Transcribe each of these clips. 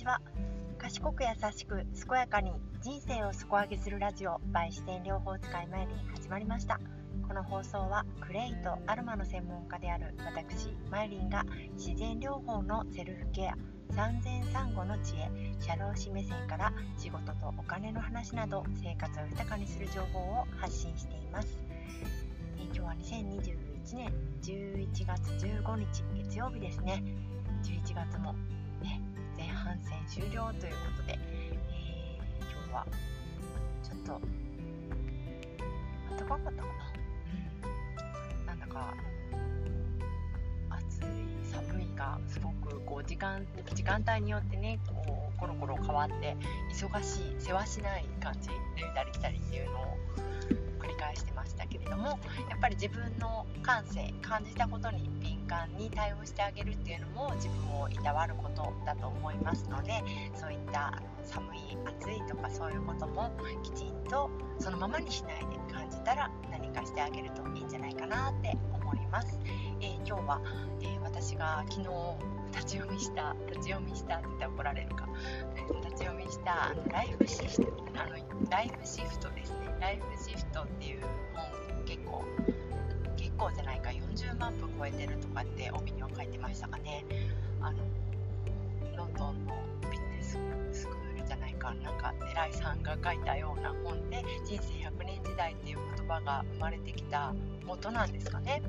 ちは。賢く優しく健やかに人生を底上げするラジオ by 自然療法使いマイリン始まりました。この放送はクレイとアロマの専門家である私マイリンが自然療法のセルフケア、産前産後の知恵、社労士目線から仕事とお金の話など生活を豊かにする情報を発信しています。今日は2021年11月15日月曜日ですね。11月も、前半戦終了ということで、今日はちょっと暖かかったかな、なんだか暑い寒いがすごく時間帯によってねコロコロ変わって忙しいせわしない感じで出たり来たりっていうのを繰り返してましたけれども、やっぱり自分の感性感じたことに敏感に対応してあげるっていうのも自分をいたわることだと思いますので、そういった寒い暑いとかそういうこともきちんとそのままにしないで感じたら何かしてあげるといいんじゃないかなって思います。今日は、私が昨日立ち読みしたって言ったら怒られるか、立ち読みしたライフシフトですね。ライフシフトっていう本、結構じゃないか40万部超えてるとかって帯には書いてましたかね。ロンドンのビジネススクールじゃないかなんか偉いさんが書いたような本で、人生100年時代っていう言葉が生まれてきた元なんですかね。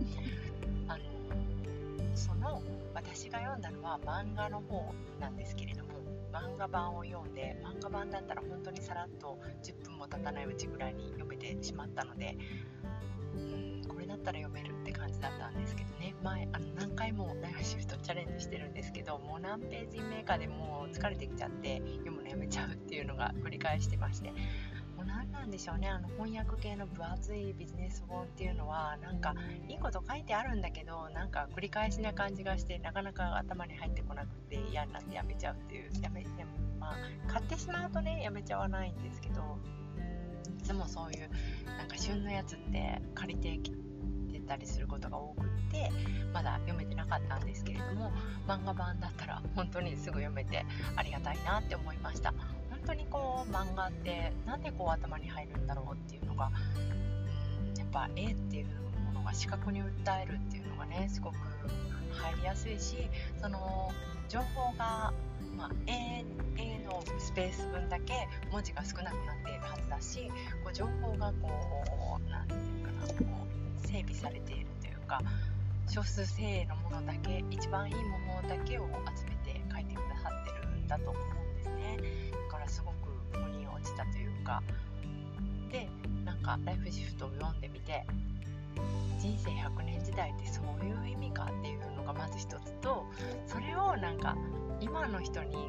その私が読んだのは漫画の方なんですけれども、漫画版を読んで、漫画版だったら本当にさらっと10分も経たないうちぐらいに読めてしまったので、これだったら読めるって感じだったんですけどね。前何回もライフシフトチャレンジしてるんですけど、もう何ページ目かでもう疲れてきちゃって読むのやめちゃうっていうのが繰り返してまして、もう何なんでしょうね、翻訳系の分厚いビジネス本っていうのはなんかいいこと書いてあるんだけど、なんか繰り返しな感じがしてなかなか頭に入ってこなくて嫌になってやめちゃうっていう、買ってしまうとねやめちゃわないんですけど、いつもそういうなんか旬のやつって借りてきてたりすることが多くってまだ読めてなかったんですけれども、漫画版だったら本当にすぐ読めてありがたいなって思いました。本当に漫画ってなんで頭に入るんだろうっていうのが、やっぱ絵っていうものが視覚に訴えるっていうのがねすごく入りやすいし、その情報が、絵のスペース分だけ文字が少なくなっているはずだし、情報がなんていうかな、整備されているというか、少数精鋭のものだけ、一番いいものだけを集めて書いてくださってるんだと思うんですね。だからすごく腑に落ちたというか、でなんかライフシフトを読んでみて、人生100年時代ってそういう意味かっていうのがまず一つと、それをなんか今の人に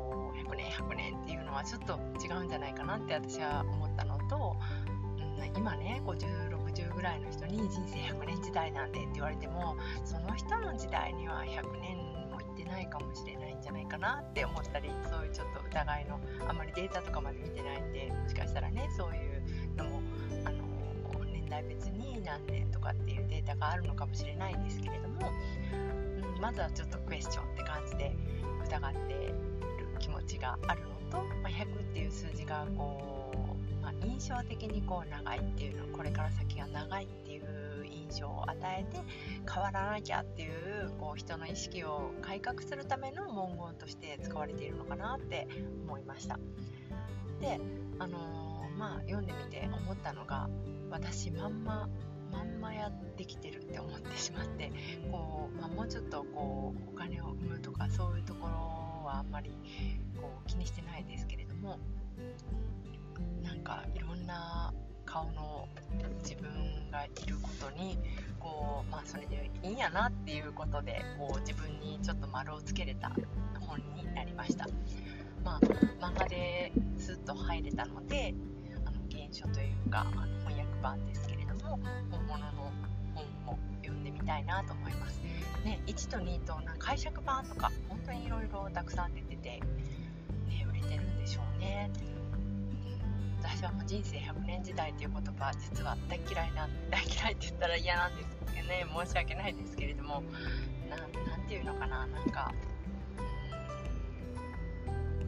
100年っていうのはちょっと違うんじゃないかなって私は思ったのと、今ね50、60ぐらいの人に人生100年時代なんでって言われても、その人の時代には100年もいってないかもしれないんじゃないかなって思ったり、そういうちょっと疑いの、あんまりデータとかまで見てないんで、もしかしたらねそういうのも年代別に何年とかっていうデータがあるのかもしれないですけれども、まずはちょっとクエスチョンって感じで疑ってる気持ちがあるのと、100っていう数字が印象的に長いっていうの、これから先が長いっていう印象を与えて変わらなきゃっていう人の意識を改革するための文言として使われているのかなって思いました。で、読んでみて思ったのが、私まんまやってきてるって思ってしまって、もうちょっとお金を生むとかそういうところはあんまり気にしてないですけれども、なんかいろんな顔の自分がいることにそれでいいんやなっていうことで自分にちょっと丸をつけれた本になりました。漫画でスッと入れたので原書というか翻訳版ですけれども、本物の本も読んでみたいなと思いますね。1と2と解釈版とか本当にいろいろたくさん出てて、売れてるんでしょうね。私はもう人生100年時代という言葉実は大嫌いって言ったら嫌なんですけどね、申し訳ないですけれども、なんていうのかな、なんか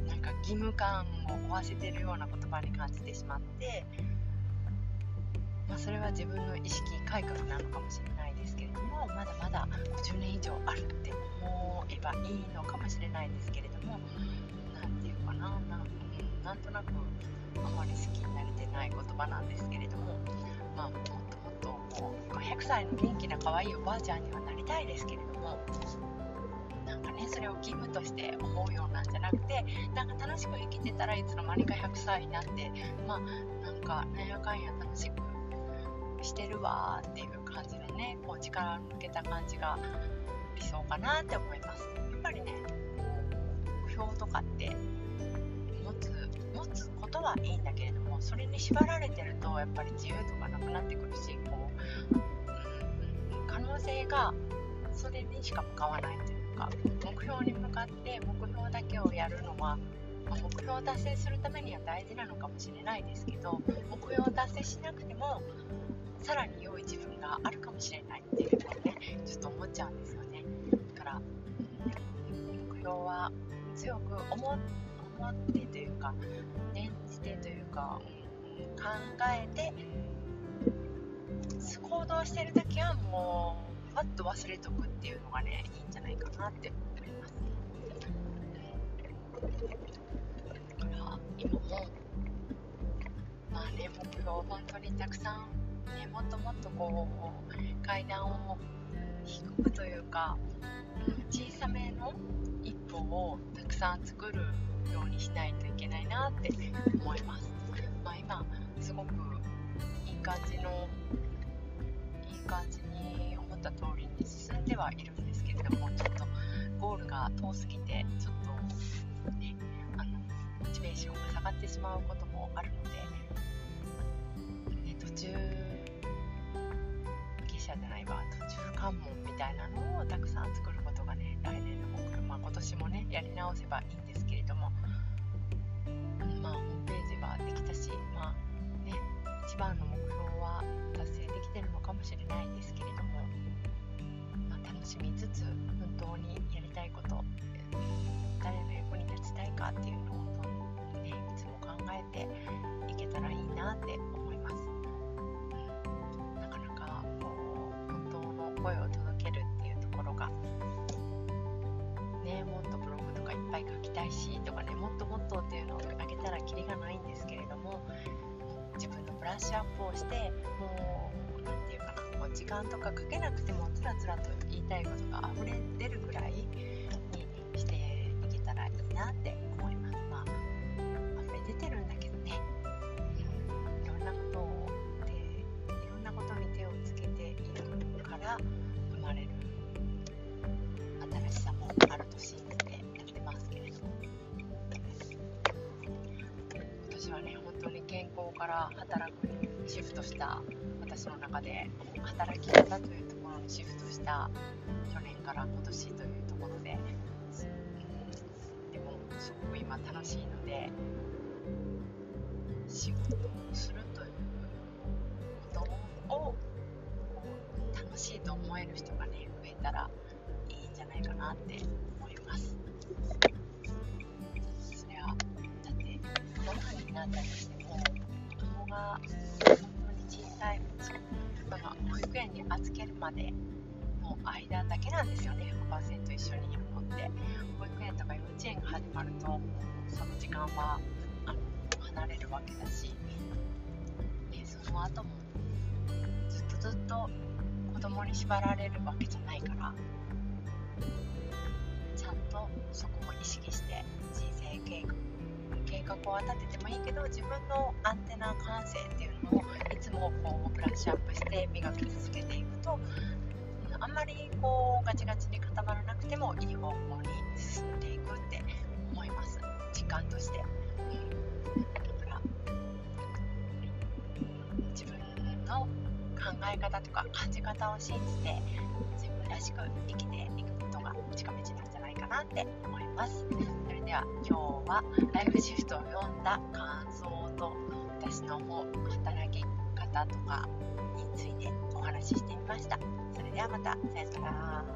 義務感を負わせているような言葉に感じてしまって、それは自分の意識改革なのかもしれないですけれども、まだまだ50年以上あるって思えばいいのかもしれないですけれども、なんていうかな、なんとなくあまり好きになれてない言葉なんですけれども、もっともっとこう100歳の元気な可愛いおばあちゃんにはなりたいですけれども、それを義務として思うようなんじゃなくて、楽しく生きてたらいつの間にか100歳になって、なんやかんや楽しくしてるわっていう感じのね、こう力抜けた感じが理想かなって思います。やっぱりね、目標とかって持つことはいいんだけれども、それに縛られてるとやっぱり自由とかなくなってくるし、可能性がそれにしか向かわないというか、目標に向かって目標だけをやるのは、目標を達成するためには大事なのかもしれないですけど、目標を達成しなくてもさらに良い自分があるかもしれないっていうのをね、ちょっと思っちゃうんですよね。だから、目標は強く思ってというか、念じてというか、考えて行動してるときはもうパッと忘れとくっていうのがね、いいんじゃないかなって思います。だから今も目標を本当にたくさんもっともっとこう階段を低くというか、小さめの一歩をたくさん作るようにしないといけないなって思います。今すごくいい感じに思った通りに進んではいるんですけれども、ちょっとゴールが遠すぎてちょっとね、モチベーションが下がってしまうこともあるので、途中下車じゃないわ、途中関門みたいなのをたくさん作ることがね、来年の目標、今年もねやり直せばいいんですけれども、ホームページはできたし、一番の目標は達成できてるのかもしれないですけれども、楽しみつつ本当にやりたいこと、誰の役に立ちたいかっていうのをいつも考えていけたらいいなって思います。なかなかこう本当の声を届けるっていうところがね、もっとブログとかいっぱい書きたいしとかね、もっともっとっていうのをあげたらキリがないんですけれども、自分のブラッシュアップをして、もう時間とかかけなくてもつらつらと言いたいことが溢れ出るぐらいにしていけたらいいなって思います。溢れ出てるんだけどね、いろんなことに手をつけているから生まれる新しさもあると信じてやってますけれども、今年はね、本当に健康から働くにシフトした私の中で、働き方というところにシフトした去年から今年というところで、でもすごく今楽しいので、仕事をするということを楽しいと思える人がね増えたらいいんじゃないかなって思います。それはだってママになったりしても、子供が本当に小さいうち、保育園に預けるまでの間だけなんですよね、100% 一緒にいるのって。保育園とか幼稚園が始まるとその時間は離れるわけだし、その後もずっと子供に縛られるわけじゃないから、ちゃんとそこも意識して人生計画を立ててもいいけど、自分のアンテナ感性っていうのをいつもこうブラッシュアップして磨き続けていくと、あんまりこうガチガチに固まらなくてもいい方向に進んでいくって思います、実感として。だから自分の考え方とか感じ方を信じて自分らしく生きていくことが近道なんじゃないかなって思います。それでは今日はライフシフトを読んだ感想と、私の働き方とかについてお話ししてみました。それではまた、さよなら。